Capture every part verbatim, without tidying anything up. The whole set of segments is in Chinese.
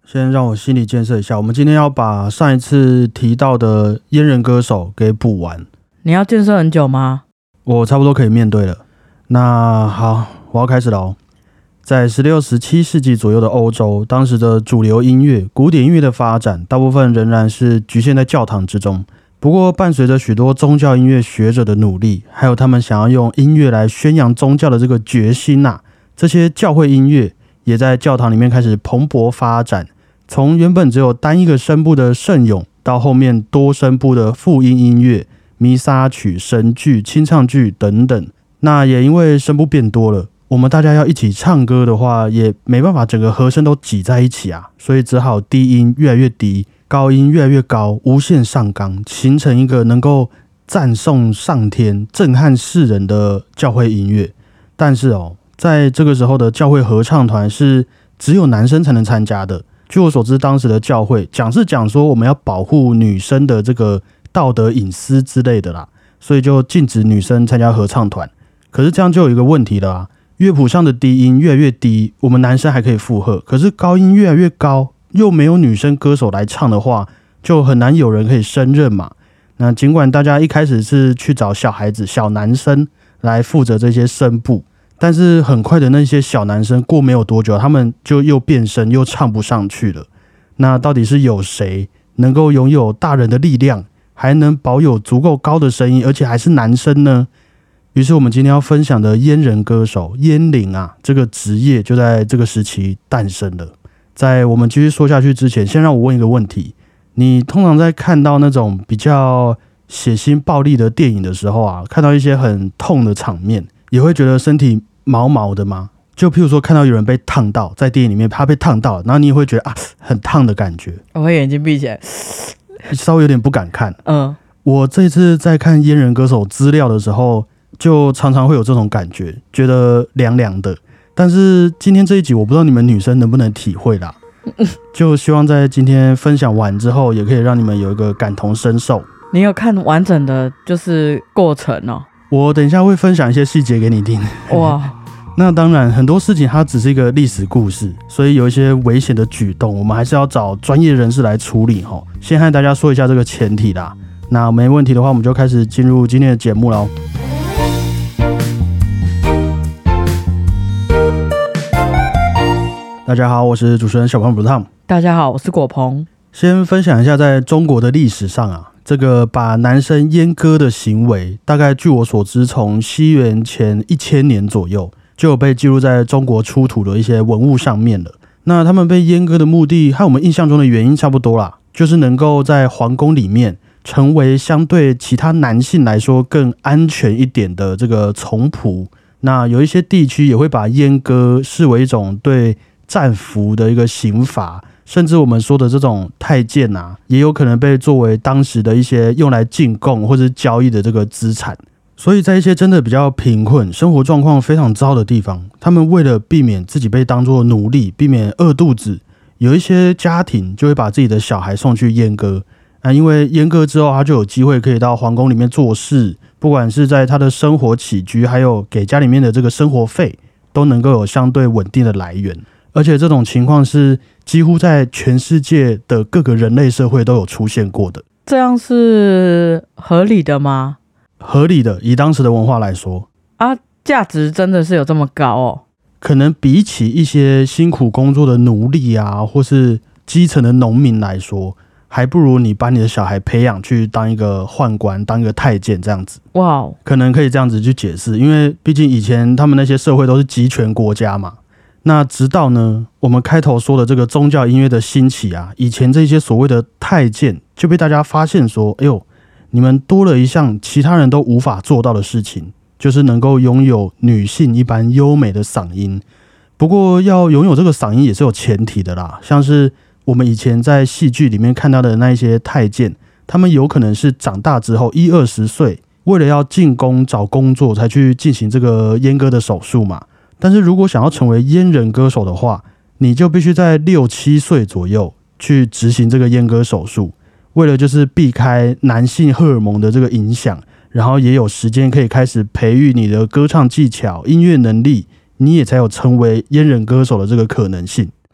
先让我心理建设一下，我们今天要把上一次提到的阉人歌手给补完。 你要建设很久吗？ 我差不多可以面对了。那好，我要开始了哦。在十六、十七世纪左右的欧洲，当时的主流音乐、古典音乐的发展，大部分仍然是局限在教堂之中。不过，伴随着许多宗教音乐学者的努力，还有他们想要用音乐来宣扬宗教的这个决心啊，这些教会音乐也在教堂里面开始蓬勃发展。从原本只有单一个声部的圣咏，到后面多声部的复音音乐、弥撒曲、神剧、清唱剧等等。那也因为声部变多了，我们大家要一起唱歌的话，也没办法整个和声都挤在一起啊，所以只好低音越来越低，高音越来越高，无限上纲，形成一个能够赞颂上天、震撼世人的教会音乐。但是哦，在这个时候的教会合唱团是只有男生才能参加的。据我所知，当时的教会讲是讲说我们要保护女生的这个道德隐私之类的啦，所以就禁止女生参加合唱团。可是这样就有一个问题了啊，乐谱上的低音越来越低，我们男生还可以附和，可是高音越来越高，又没有女生歌手来唱的话，就很难有人可以胜任嘛。那尽管大家一开始是去找小孩子、小男生来负责这些声部，但是很快的那些小男生过没有多久，他们就又变声，又唱不上去了。那到底是有谁能够拥有大人的力量，还能保有足够高的声音，而且还是男生呢？于是我们今天要分享的阉人歌手阉灵啊，这个职业就在这个时期诞生了。在我们继续说下去之前，先让我问一个问题：你通常在看到那种比较血腥暴力的电影的时候啊，看到一些很痛的场面，也会觉得身体毛毛的吗？就譬如说看到有人被烫到，在电影里面他被烫到，然后你也会觉得啊很烫的感觉。 我会眼睛闭起来， 稍微有点不敢看。 嗯， 我这次在看阉人歌手资料的时候，就常常会有这种感觉，觉得凉凉的。但是今天这一集，我不知道你们女生能不能体会啦。就希望在今天分享完之后，也可以让你们有一个感同身受。 你有看完整的就是过程哦？ 我等一下会分享一些细节给你听。 哇， 那当然很多事情它只是一个历史故事，所以有一些危险的举动，我们还是要找专业人士来处理齁。先和大家说一下这个前提啦。那没问题的话，我们就开始进入今天的节目咯。大家好，我是主持人小胖不烫。 大家好，我是果鹏。 先分享一下，在中国的历史上啊，这个把男生阉割的行为，大概据我所知，从西元前一千年左右就有被记录在中国出土的一些文物上面了。那他们被阉割的目的和我们印象中的原因差不多啦，就是能够在皇宫里面成为相对其他男性来说更安全一点的这个从仆。那有一些地区也会把阉割视为一种对战俘的一个刑罚，甚至我们说的这种太监啊，也有可能被作为当时的一些用来进贡或者交易的这个资产。所以在一些真的比较贫困、生活状况非常糟的地方，他们为了避免自己被当作奴隶，避免饿肚子，有一些家庭就会把自己的小孩送去阉割啊，因为阉割之后，他就有机会可以到皇宫里面做事，不管是在他的生活起居，还有给家里面的这个生活费，都能够有相对稳定的来源。而且这种情况是几乎在全世界的各个人类社会都有出现过的。 这样是合理的吗？ 合理的，以当时的文化来说啊，价值真的是有这么高哦？ 可能比起一些辛苦工作的奴隶啊，或是基层的农民来说，还不如你把你的小孩培养去当一个宦官，当一个太监这样子。 哇哦， 可能可以这样子去解释，因为毕竟以前他们那些社会都是集权国家嘛。那直到呢，我们开头说的这个宗教音乐的兴起啊，以前这些所谓的太监就被大家发现说，哎呦，你们多了一项其他人都无法做到的事情，就是能够拥有女性一般优美的嗓音。不过要拥有这个嗓音也是有前提的啦，像是我们以前在戏剧里面看到的那一些太监，他们有可能是长大之后一二十岁，为了要进宫找工作才去进行这个阉割的手术嘛。但是如果想要成为阉人歌手的话，你就必须在六七岁左右去执行这个阉割手术，为了就是避开男性荷尔蒙的这个影响，然后也有时间可以开始培育你的歌唱技巧、音乐能力，你也才有成为阉人歌手的这个可能性。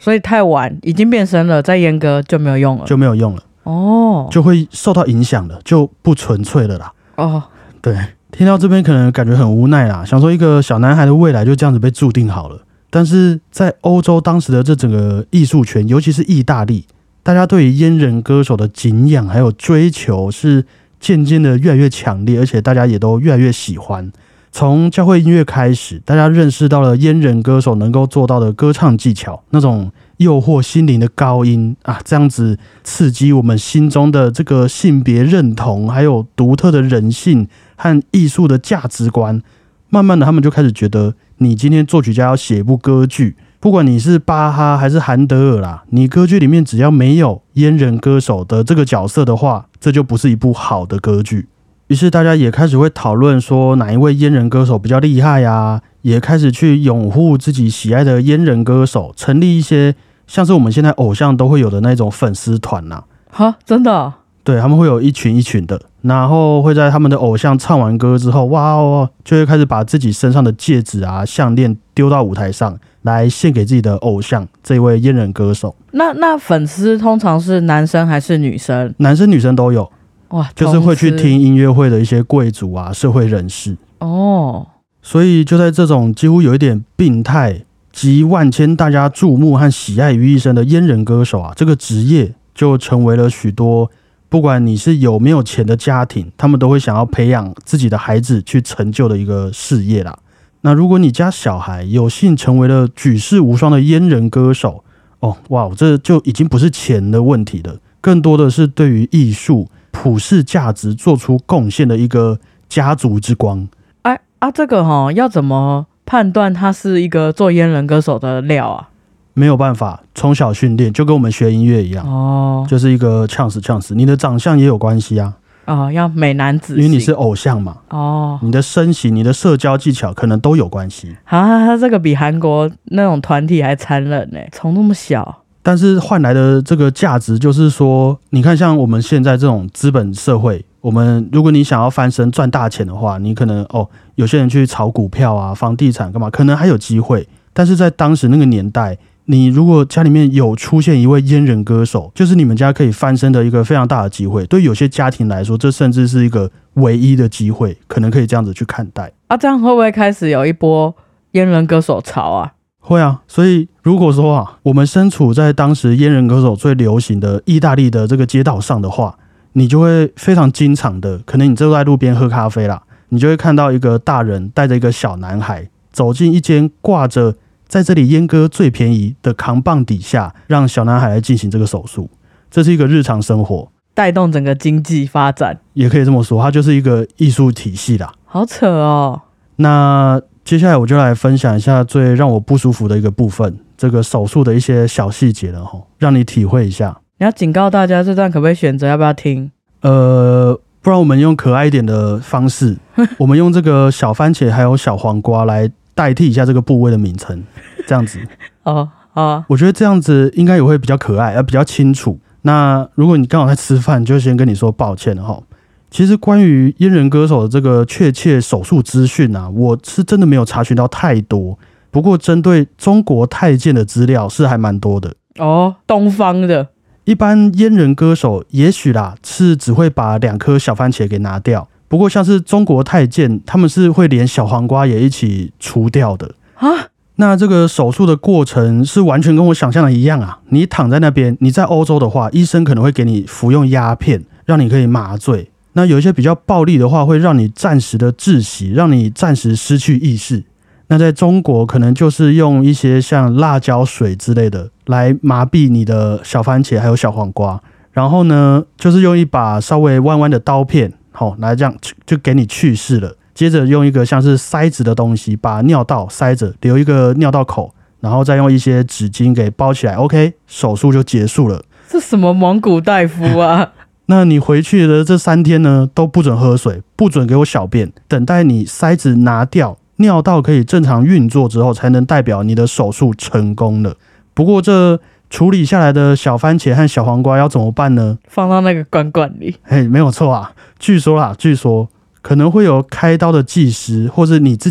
所以太晚已经变身了，再阉割就没有用了， 就没有用了哦， 就会受到影响了，就不纯粹了啦。 哦， 对，听到这边可能感觉很无奈啦，想说一个小男孩的未来就这样子被注定好了。但是在欧洲当时的这整个艺术圈，尤其是意大利，大家对于阉人歌手的敬仰还有追求是渐渐的越来越强烈，而且大家也都越来越喜欢。从教会音乐开始，大家认识到了阉人歌手能够做到的歌唱技巧，那种诱惑心灵的高音啊，这样子刺激我们心中的这个性别认同，还有独特的人性和艺术的价值观。慢慢的，他们就开始觉得，你今天作曲家要写一部歌剧，不管你是巴哈还是韩德尔啦，你歌剧里面只要没有阉人歌手的这个角色的话，这就不是一部好的歌剧。于是大家也开始会讨论说哪一位阉人歌手比较厉害啊，也开始去拥护自己喜爱的阉人歌手，成立一些像是我们现在偶像都会有的那种粉丝团呐。 哈，真的、哦？ 对，他们会有一群一群的，然后会在他们的偶像唱完歌之后，哇哦，就会开始把自己身上的戒指啊、项链丢到舞台上来献给自己的偶像这位阉人歌手。 那那粉丝通常是男生还是女生？ 男生女生都有。 哇， 就是会去听音乐会的一些贵族啊、社会人士哦。 所以就在这种几乎有一点病态、集万千大家注目和喜爱于一身的阉人歌手啊，这个职业就成为了许多不管你是有没有钱的家庭，他们都会想要培养自己的孩子去成就的一个事业啦。那如果你家小孩有幸成为了举世无双的阉人歌手，哦，哇，这就已经不是钱的问题了，更多的是对于艺术普世价值做出贡献的一个家族之光。 哎啊，这个哈、哦、要怎么判断他是一个做阉人歌手的料啊？ 没有办法，从小训练，就跟我们学音乐一样哦，就是一个呛死呛死。你的长相也有关系啊， 哦，要美男子型， 因为你是偶像嘛，哦，你的身形、你的社交技巧可能都有关系啊。他这个比韩国那种团体还残忍呢，从那么小。 但是换来的这个价值就是说，你看像我们现在这种资本社会，我们如果你想要翻身赚大钱的话，你可能哦，有些人去炒股票啊、房地产干嘛，可能还有机会。但是在当时那个年代，你如果家里面有出现一位阉人歌手，就是你们家可以翻身的一个非常大的机会。对有些家庭来说，这甚至是一个唯一的机会，可能可以这样子去看待。 啊，这样会不会开始有一波阉人歌手潮啊？ 会啊，所以如果说啊，我们身处在当时阉人歌手最流行的意大利的这个街道上的话，你就会非常经常的，可能你就在路边喝咖啡啦，你就会看到一个大人带着一个小男孩走进一间挂着在这里阉割最便宜的扛棒底下，让小男孩来进行这个手术。这是一个日常生活， 带动整个经济发展， 也可以这么说，它就是一个艺术体系啦。 好扯哦。 那接下来我就来分享一下最让我不舒服的一个部分，这个手术的一些小细节了齁，让你体会一下。 你要警告大家这段可不可以选择要不要听？ 呃，不然我们用可爱一点的方式，我们用这个小番茄还有小黄瓜来代替一下这个部位的名称，这样子。 哦，好啊。 我觉得这样子应该也会比较可爱，呃，比较清楚。那如果你刚好在吃饭，就先跟你说抱歉了齁。其实关于阉人歌手的这个确切手术资讯啊，我是真的没有查询到太多。不过针对中国太监的资料是还蛮多的哦，东方的。 一般阉人歌手也许啦是只会把两颗小番茄给拿掉，不过像是中国太监，他们是会连小黄瓜也一起除掉的啊。那这个手术的过程是完全跟我想象的一样啊。你躺在那边，你在欧洲的话，医生可能会给你服用鸦片，让你可以麻醉。那有一些比较暴力的话，会让你暂时的窒息，让你暂时失去意识。那在中国可能就是用一些像辣椒水之类的来麻痹你的小番茄还有小黄瓜，然后呢就是用一把稍微弯弯的刀片，好，来这样就给你去世了。接着用一个像是塞子的东西把尿道塞着，留一个尿道口，然后再用一些纸巾给包起来， OK， 手术就结束了。 这什么蒙古大夫啊？ 那你回去的这三天呢，都不准喝水，不准给我小便，等待你塞子拿掉，尿道可以正常运作之后，才能代表你的手术成功了。不过这处理下来的小番茄和小黄瓜要怎么办呢？ 放到那个罐罐里。 嘿，没有错啊。据说啦，据说可能会有开刀的技师，或是你自己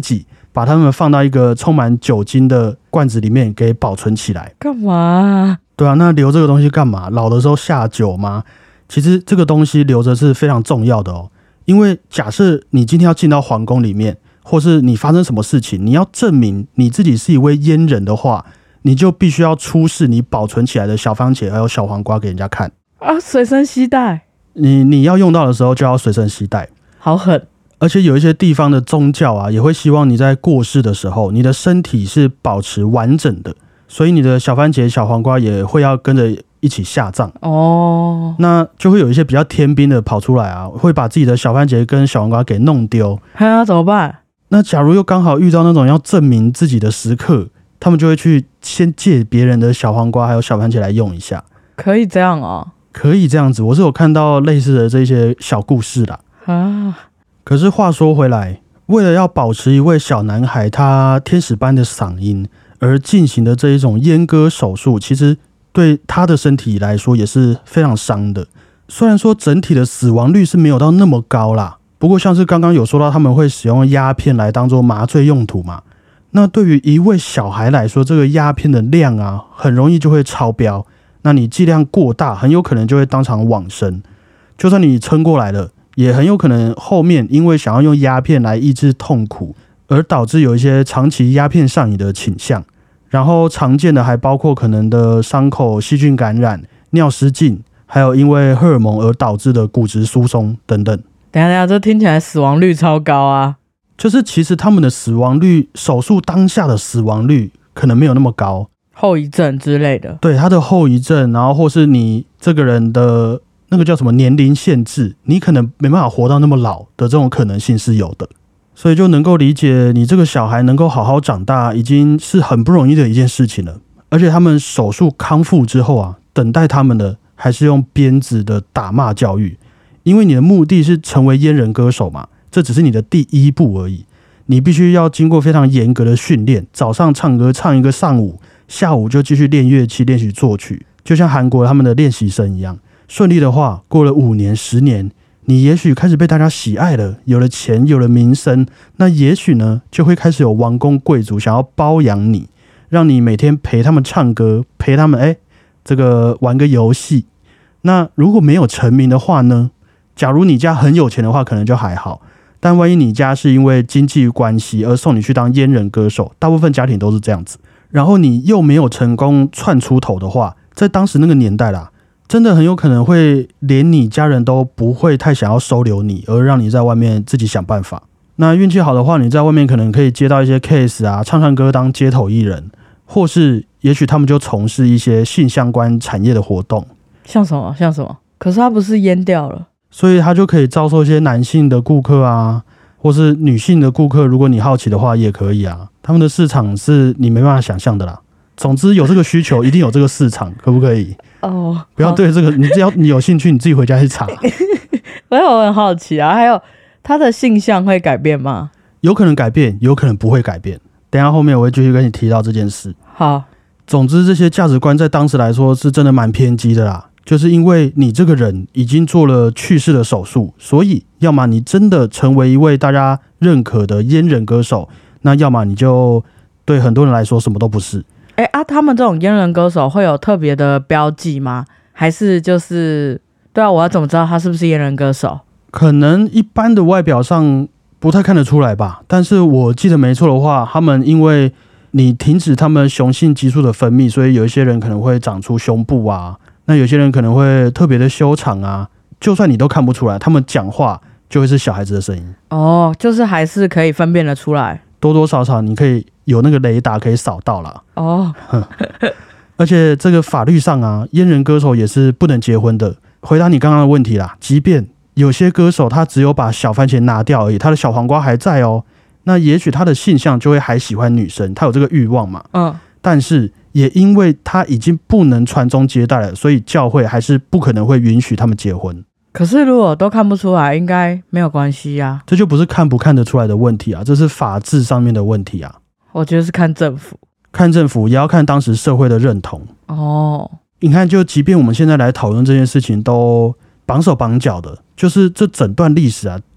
把它们放到一个充满酒精的罐子里面给保存起来。 干嘛？ 对啊，那留这个东西干嘛？老的时候下酒吗？其实这个东西留着是非常重要的哦，因为假设你今天要进到皇宫里面，或是你发生什么事情，你要证明你自己是一位阉人的话，你就必须要出示你保存起来的小番茄还有小黄瓜给人家看啊！随身携带， 你你要用到的时候就要随身携带， 好狠！ 而且有一些地方的宗教啊，也会希望你在过世的时候，你的身体是保持完整的，所以你的小番茄、小黄瓜也会要跟着一起下葬哦。 那就会有一些比较天兵的跑出来啊，会把自己的小番茄跟小黄瓜给弄丢， 那怎么办？ 那假如又刚好遇到那种要证明自己的时刻，他们就会去先借别人的小黄瓜还有小番茄来用一下。 可以这样哦？ 可以这样子，我是有看到类似的这些小故事啦。 啊， 可是话说回来，为了要保持一位小男孩他天使般的嗓音而进行的这一种阉割手术，其实对他的身体来说也是非常伤的。虽然说整体的死亡率是没有到那么高啦，不过像是刚刚有说到他们会使用鸦片来当做麻醉用途嘛，那对于一位小孩来说，这个鸦片的量啊很容易就会超标，那你剂量过大，很有可能就会当场往生。就算你撑过来了，也很有可能后面因为想要用鸦片来抑制痛苦，而导致有一些长期鸦片上瘾的倾向。然后常见的还包括可能的伤口细菌感染、尿失禁，还有因为荷尔蒙而导致的骨质疏松等等。 等一下等一下，这听起来死亡率超高啊！ 就是其实他们的死亡率，手术当下的死亡率可能没有那么高， 后遗症之类的。 对，他的后遗症，然后或是你这个人的那个叫什么年龄限制，你可能没办法活到那么老的这种可能性是有的。所以就能够理解你这个小孩能够好好长大已经是很不容易的一件事情了。而且他们手术康复之后啊，等待他们的还是用鞭子的打骂教育，因为你的目的是成为阉人歌手嘛，这只是你的第一步而已。你必须要经过非常严格的训练，早上唱歌唱一个上午，下午就继续练乐器练习作曲，就像韩国他们的练习生一样。顺利的话，过了五年十年，你也许开始被大家喜爱了，有了钱，有了名声，那也许呢，就会开始有王公贵族想要包养你，让你每天陪他们唱歌，陪他们哎，这个玩个游戏。那如果没有成名的话呢？假如你家很有钱的话，可能就还好。但万一你家是因为经济关系而送你去当阉人歌手，大部分家庭都是这样子。然后你又没有成功窜出头的话，在当时那个年代啦，真的很有可能会连你家人都不会太想要收留你，而让你在外面自己想办法。那运气好的话，你在外面可能可以接到一些 case 啊，唱唱歌当街头艺人，或是也许他们就从事一些性相关产业的活动。 像什么？像什么？可是他不是阉掉了， 所以他就可以遭受一些男性的顾客啊，或是女性的顾客，如果你好奇的话也可以啊。他们的市场是你没办法想象的啦。总之有这个需求，一定有这个市场，可不可以？ 哦， 不要对这个，你只要你有兴趣，你自己回家去查。 我有很好奇啊，还有他的性向会改变吗？ 有可能改变，有可能不会改变。等一下后面我会继续跟你提到这件事。 好， 总之这些价值观在当时来说是真的蛮偏激的啦。就是因为你这个人已经做了去世的手术，所以要么你真的成为一位大家认可的阉人歌手，那要么你就对很多人来说什么都不是。 哎啊，他们这种阉人歌手会有特别的标记吗？还是就是对啊，我要怎么知道他是不是阉人歌手？ 可能一般的外表上不太看得出来吧，但是我记得没错的话，他们因为你停止他们雄性激素的分泌，所以有一些人可能会长出胸部啊，那有些人可能会特别的修长啊，就算你都看不出来，他们讲话就会是小孩子的声音。 哦，就是还是可以分辨得出来， 多多少少你可以有那个雷达可以扫到啦。 哦， 而且这个法律上啊，阉人歌手也是不能结婚的。回答你刚刚的问题啦，即便有些歌手他只有把小番茄拿掉而已，他的小黄瓜还在哦，那也许他的性向就会还喜欢女生，他有这个欲望嘛。 嗯， 但是也因为他已经不能传宗接代了，所以教会还是不可能会允许他们结婚。 可是如果都看不出来，应该没有关系啊。 这就不是看不看得出来的问题啊，这是法治上面的问题啊。 我觉得是看政府， 看政府也要看当时社会的认同。 哦， 你看，就即便我们现在来讨论这件事情，都绑手绑脚的，就是这整段历史啊，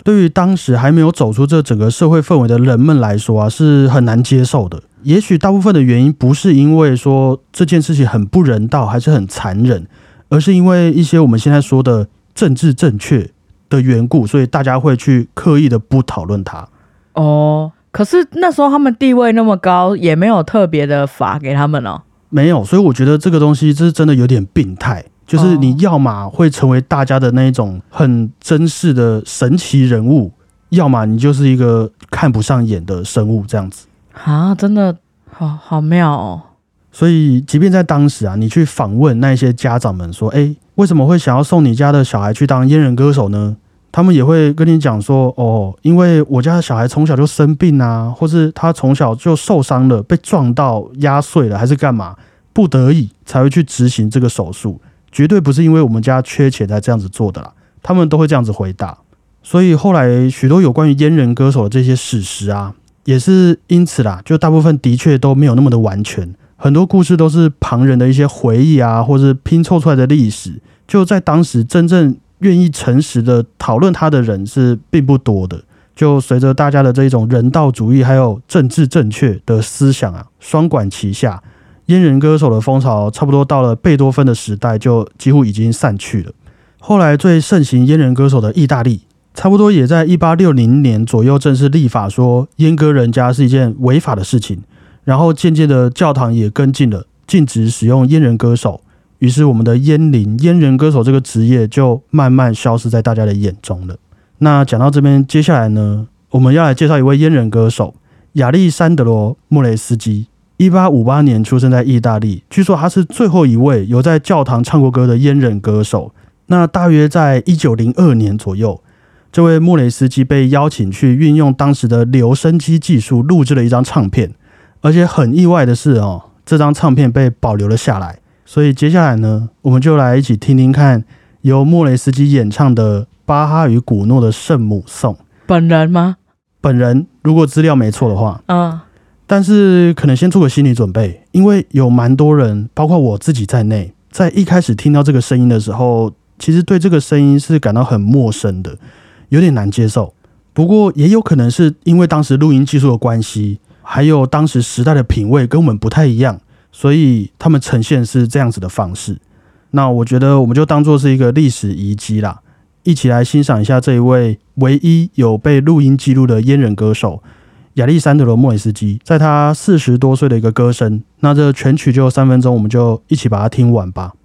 对于当时还没有走出这整个社会氛围的人们来说啊，是很难接受的。也许大部分的原因不是因为说这件事情很不人道还是很残忍，而是因为一些我们现在说的政治正确的缘故，所以大家会去刻意的不讨论它。 哦，可是那时候他们地位那么高，也没有特别的法给他们哦。 没有，所以我觉得这个东西这是真的有点病态，就是你要么会成为大家的那种很珍视的神奇人物，要么你就是一个看不上眼的生物这样子。 啊，真的好好妙哦。 所以即便在当时啊，你去访问那些家长们说，哎，为什么会想要送你家的小孩去当阉人歌手呢？他们也会跟你讲说，哦，因为我家的小孩从小就生病啊，或是他从小就受伤了，被撞到压碎了，还是干嘛，不得已才会去执行这个手术，绝对不是因为我们家缺钱才这样子做的啦。他们都会这样子回答。所以后来许多有关于阉人歌手的这些史实啊，也是因此啦，就大部分的确都没有那么的完全，很多故事都是旁人的一些回忆啊，或是拼凑出来的历史，就在当时真正愿意诚实的讨论它的人是并不多的。就随着大家的这种人道主义还有政治正确的思想啊双管齐下，阉人歌手的风潮差不多到了贝多芬的时代就几乎已经散去了。后来最盛行阉人歌手的意大利，差不多也在一八六零年左右正式立法说阉割人家是一件违法的事情，然后渐渐的教堂也跟进了，禁止使用阉人歌手，于是我们的阉灵阉人歌手这个职业就慢慢消失在大家的眼中了。那讲到这边，接下来呢，我们要来介绍一位阉人歌手亚历山德罗·莫雷斯基。一八五八年出生在意大利，据说他是最后一位有在教堂唱过歌的阉人歌手。那大约在一九零二年左右，这位莫雷斯基被邀请去运用当时的留声机技术录制了一张唱片，而且很意外的是哦，这张唱片被保留了下来。所以接下来呢，我们就来一起听听看由莫雷斯基演唱的巴哈与古诺的圣母颂。 本人吗？ 本人，如果资料没错的话。 嗯。 但是可能先做个心理准备，因为有蛮多人，包括我自己在内，在一开始听到这个声音的时候，其实对这个声音是感到很陌生的，有点难接受。不过也有可能是因为当时录音技术的关系，还有当时时代的品味跟我们不太一样，所以他们呈现是这样子的方式。那我觉得我们就当作是一个历史遗迹啦，一起来欣赏一下这一位唯一有被录音记录的阉人歌手亚历山德罗·莫雷斯基，在他四十多岁的一个歌声。那这全曲就三分钟，我们就一起把它听完吧。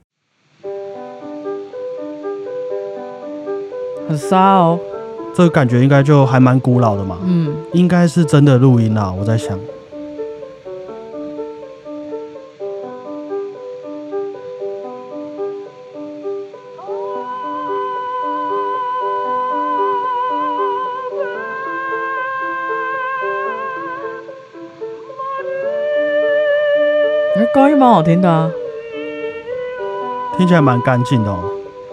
很骚哦， 这个感觉应该就还蛮古老的嘛。 嗯， 应该是真的录音啦，我在想。 高音蛮好听的啊， 听起来蛮干净的哦。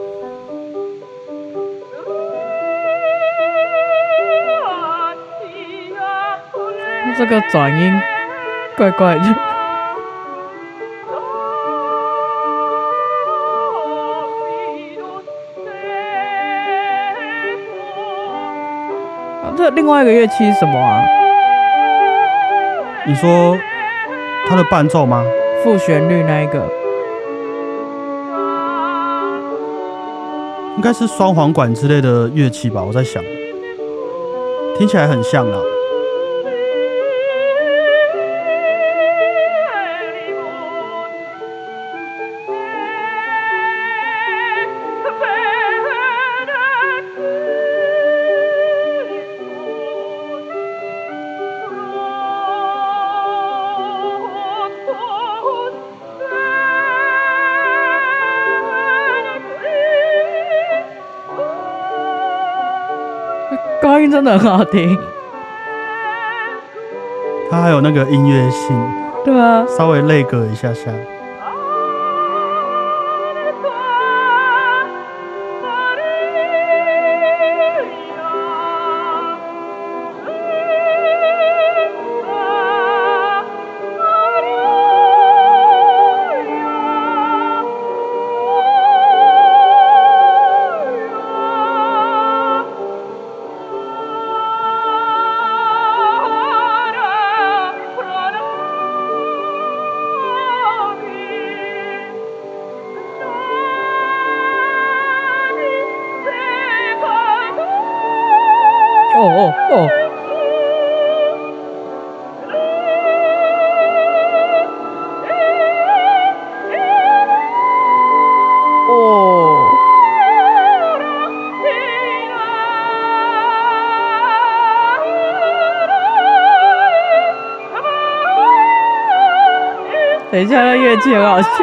这个转音怪怪的。啊，这另外一个乐器是什么啊？ 你说它的伴奏吗？ 副旋律那一个应该是双簧管之类的乐器吧，我在想，听起来很像啊。 高音真的很好听， 它还有那个音乐性， 对啊， 稍微类隔一下下。 哦哦。等一下，那乐器很好笑。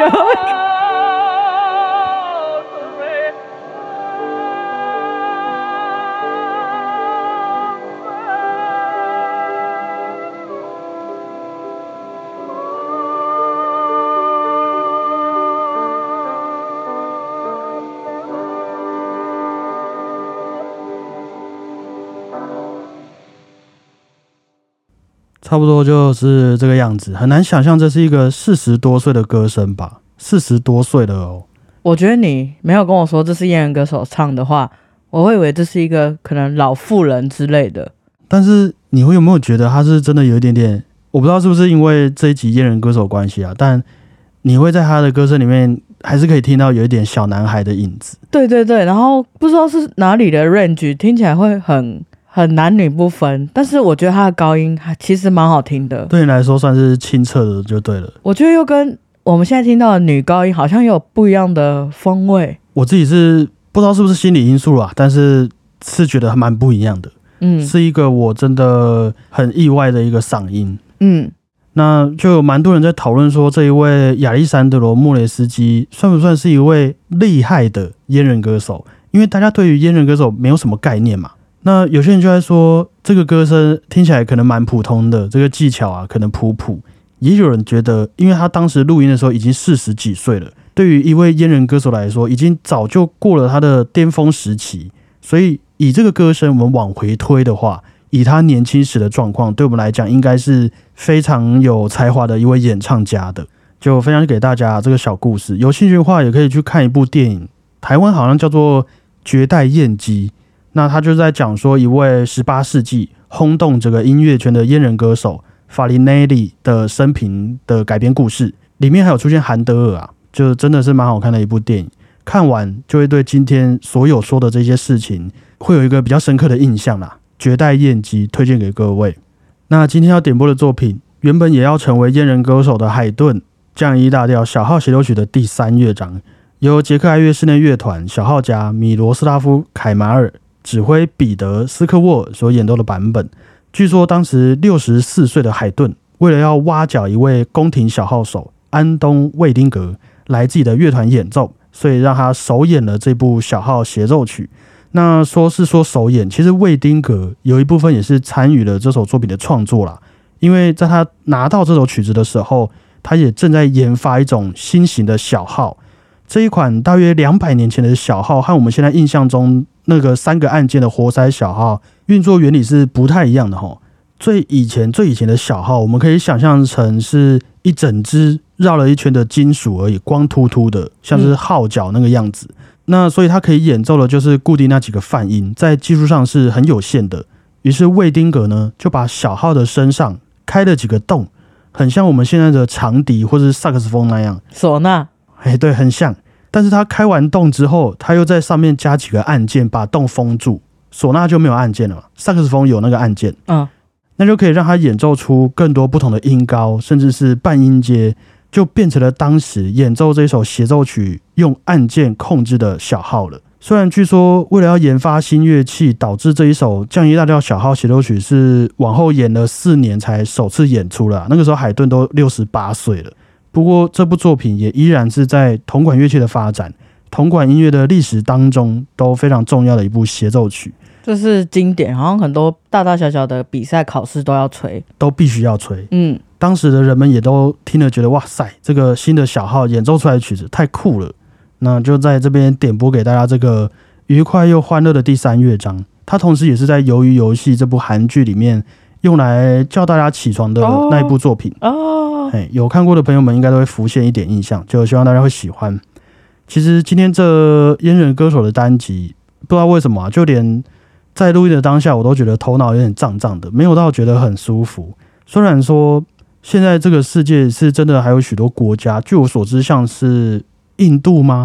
差不多就是这个样子，很难想象这是一个四十多岁的歌声吧？四十多岁了哦。 我觉得你没有跟我说这是阉人歌手唱的话，我会以为这是一个可能老妇人之类的。 但是你会有没有觉得他是真的有一点点？我不知道是不是因为这一集阉人歌手关系啊，但你会在他的歌声里面还是可以听到有一点小男孩的影子。 对对对，然后不知道是哪里的 range， 听起来会很。很男女不分，但是我觉得他的高音其实蛮好听的， 对你来说算是清澈的就对了。 我觉得又跟我们现在听到的女高音好像有不一样的风味。 我自己是不知道是不是心理因素啦，但是是觉得蛮不一样的。嗯，是一个我真的很意外的一个嗓音。嗯，那就有蛮多人在讨论说，这一位亚历山德罗·莫雷斯基算不算是一位厉害的阉人歌手？因为大家对于阉人歌手没有什么概念嘛。那有些人就在说，这个歌声听起来可能蛮普通的，这个技巧啊可能普普。也有人觉得，因为他当时录音的时候已经四十几岁了，对于一位阉人歌手来说，已经早就过了他的巅峰时期。所以以这个歌声我们往回推的话，以他年轻时的状况，对我们来讲应该是非常有才华的一位演唱家的。就分享给大家这个小故事，有兴趣的话也可以去看一部电影，台湾好像叫做《绝代燕姬》。那他就在讲说一位十八世纪轰动这个音乐圈的阉人歌手法林内利的生平的改编故事，里面还有出现韩德尔啊，就真的是蛮好看的一部电影。看完就会对今天所有说的这些事情会有一个比较深刻的印象啦。绝代燕姬推荐给各位。那今天要点播的作品，原本也要成为阉人歌手的海顿降 E 大调小号协奏曲的第三乐章，由捷克爱乐室内乐团小号家米罗斯拉夫·凯马尔指挥彼得·斯科沃尔所演奏的版本。据说当时六十四岁的海顿为了要挖角一位宫廷小号手安东·魏丁格来自己的乐团演奏，所以让他首演了这部小号协奏曲。那说是说首演，其实魏丁格有一部分也是参与了这首作品的创作啦，因为在他拿到这首曲子的时候，他也正在研发一种新型的小号。这一款大约两百年前的小号和我们现在印象中那个三个按键的活塞小号运作原理是不太一样的齁。最以前最以前的小号，我们可以想象成是一整只绕了一圈的金属而已，光秃秃的，像是号角那个样子。嗯、那所以它可以演奏的就是固定那几个泛音，在技术上是很有限的。于是魏丁格呢就把小号的身上开了几个洞，很像我们现在的长笛或是萨克斯风那样。 唢呐。 哎，对，很像。但是他开完洞之后，他又在上面加几个按键，把洞封住。唢呐就没有按键了嘛，萨克斯风有那个按键，嗯，那就可以让他演奏出更多不同的音高，甚至是半音阶，就变成了当时演奏这首协奏曲用按键控制的小号了。虽然据说为了要研发新乐器，导致这一首降 E 大调小号协奏曲是往后延了四年才首次演出了，那个时候海顿都六十八岁了。不过这部作品也依然是在铜管乐器的发展、铜管音乐的历史当中都非常重要的一部协奏曲。 这是经典，好像很多大大小小的比赛考试都要吹， 都必须要吹。嗯，当时的人们也都听了觉得哇塞，这个新的小号演奏出来的曲子太酷了。那就在这边点播给大家这个愉快又欢乐的第三乐章，它同时也是在《鱿鱼游戏》这部韩剧里面用来叫大家起床的那一部作品。哦哦有看过的朋友们应该都会浮现一点印象，就希望大家会喜欢。其实今天这阉人歌手的单集，不知道为什么啊，就连在录音的当下，我都觉得头脑有点胀胀的，没有到觉得很舒服。虽然说现在这个世界是真的还有许多国家，据我所知，像是印度吗？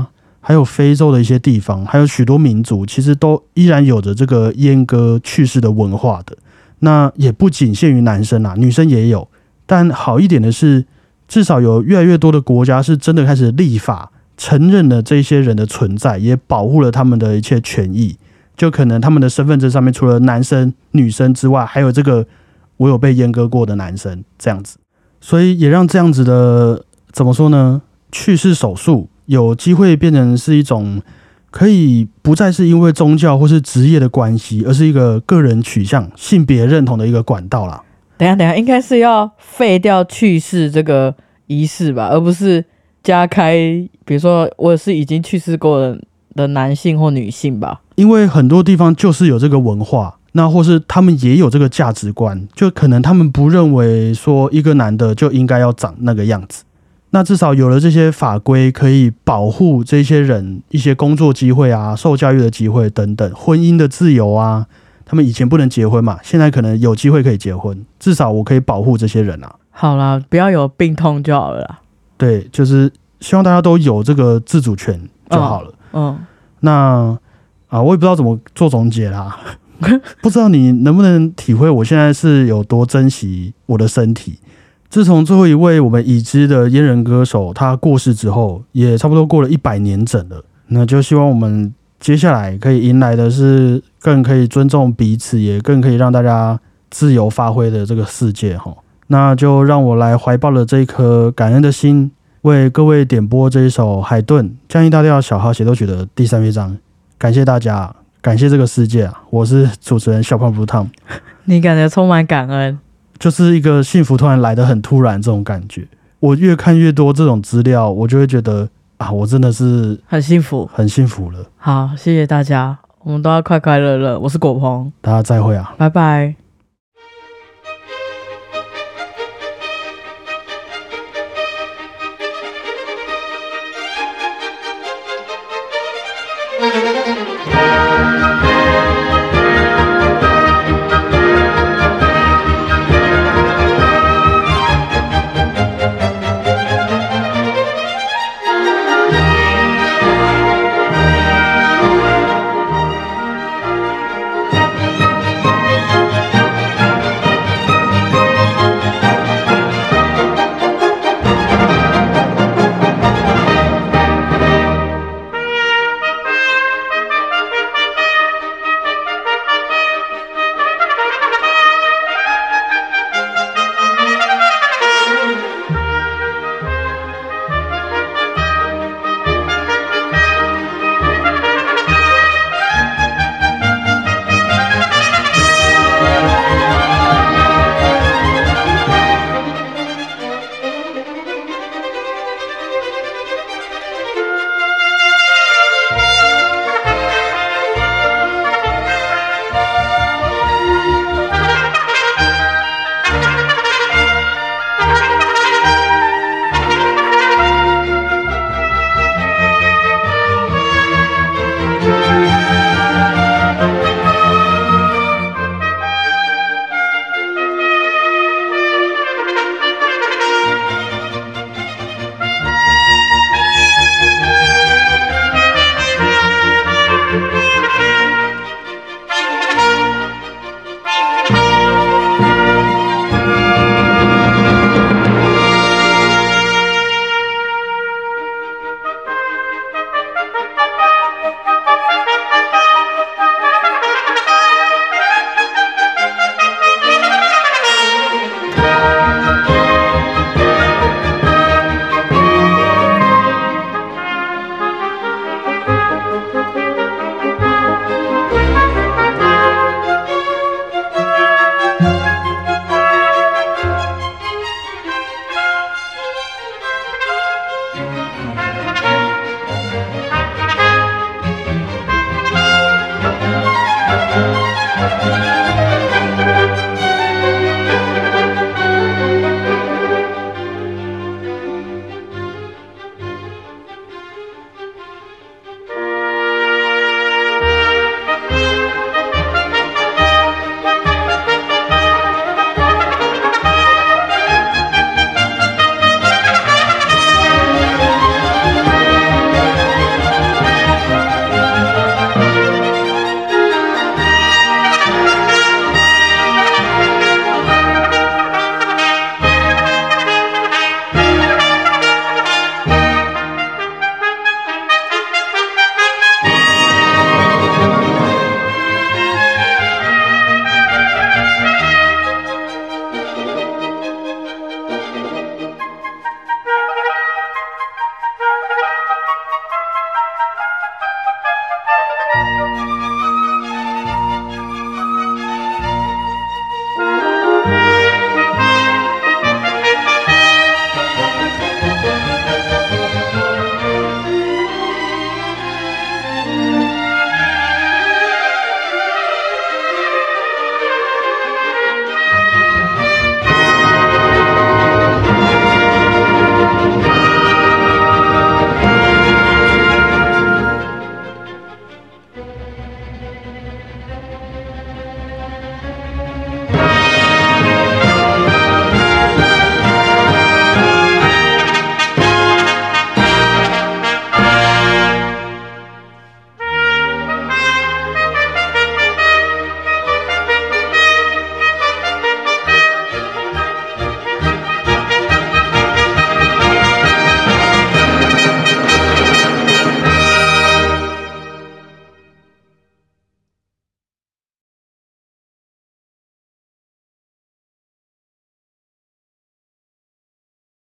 还有非洲的一些地方，还有许多民族，其实都依然有着这个阉割去世的文化的。那也不仅限于男生啊，女生也有。但好一点的是，至少有越来越多的国家是真的开始立法，承认了这些人的存在，也保护了他们的一切权益。就可能他们的身份证上面除了男生、女生之外，还有这个我有被阉割过的男生这样子。所以也让这样子的怎么说呢？去世手术有机会变成是一种可以不再是因为宗教或是职业的关系，而是一个个人取向、性别认同的一个管道啦。 等一下等一下，应该是要废掉去世这个仪式吧，而不是加开，比如说我是已经去世过的的男性或女性吧。 因为很多地方就是有这个文化，那或是他们也有这个价值观，就可能他们不认为说一个男的就应该要长那个样子。那至少有了这些法规，可以保护这些人一些工作机会啊、受教育的机会等等，婚姻的自由啊。他们以前不能结婚嘛，现在可能有机会可以结婚，至少我可以保护这些人啊。 好啦，不要有病痛就好了啦。 对，就是希望大家都有这个自主权就好了。嗯，嗯那啊，我也不知道怎么做总结啦。不知道你能不能体会我现在是有多珍惜我的身体。自从最后一位我们已知的阉人歌手他过世之后，也差不多过了一百年整了。那就希望我们接下来可以迎来的是更可以尊重彼此，也更可以让大家自由发挥的这个世界齁。那就让我来怀抱了这一颗感恩的心，为各位点播这一首海顿降 E 大调小号协奏曲的第三乐章。感谢大家，感谢这个世界啊！我是主持人小胖不烫。 你感觉充满感恩， 就是一个幸福突然来得很突然这种感觉。我越看越多这种资料，我就会觉得啊，我真的是很幸福， 很幸福了。 好，谢谢大家，我们都要快快乐乐。我是果鹏， 大家再会啊， 拜拜。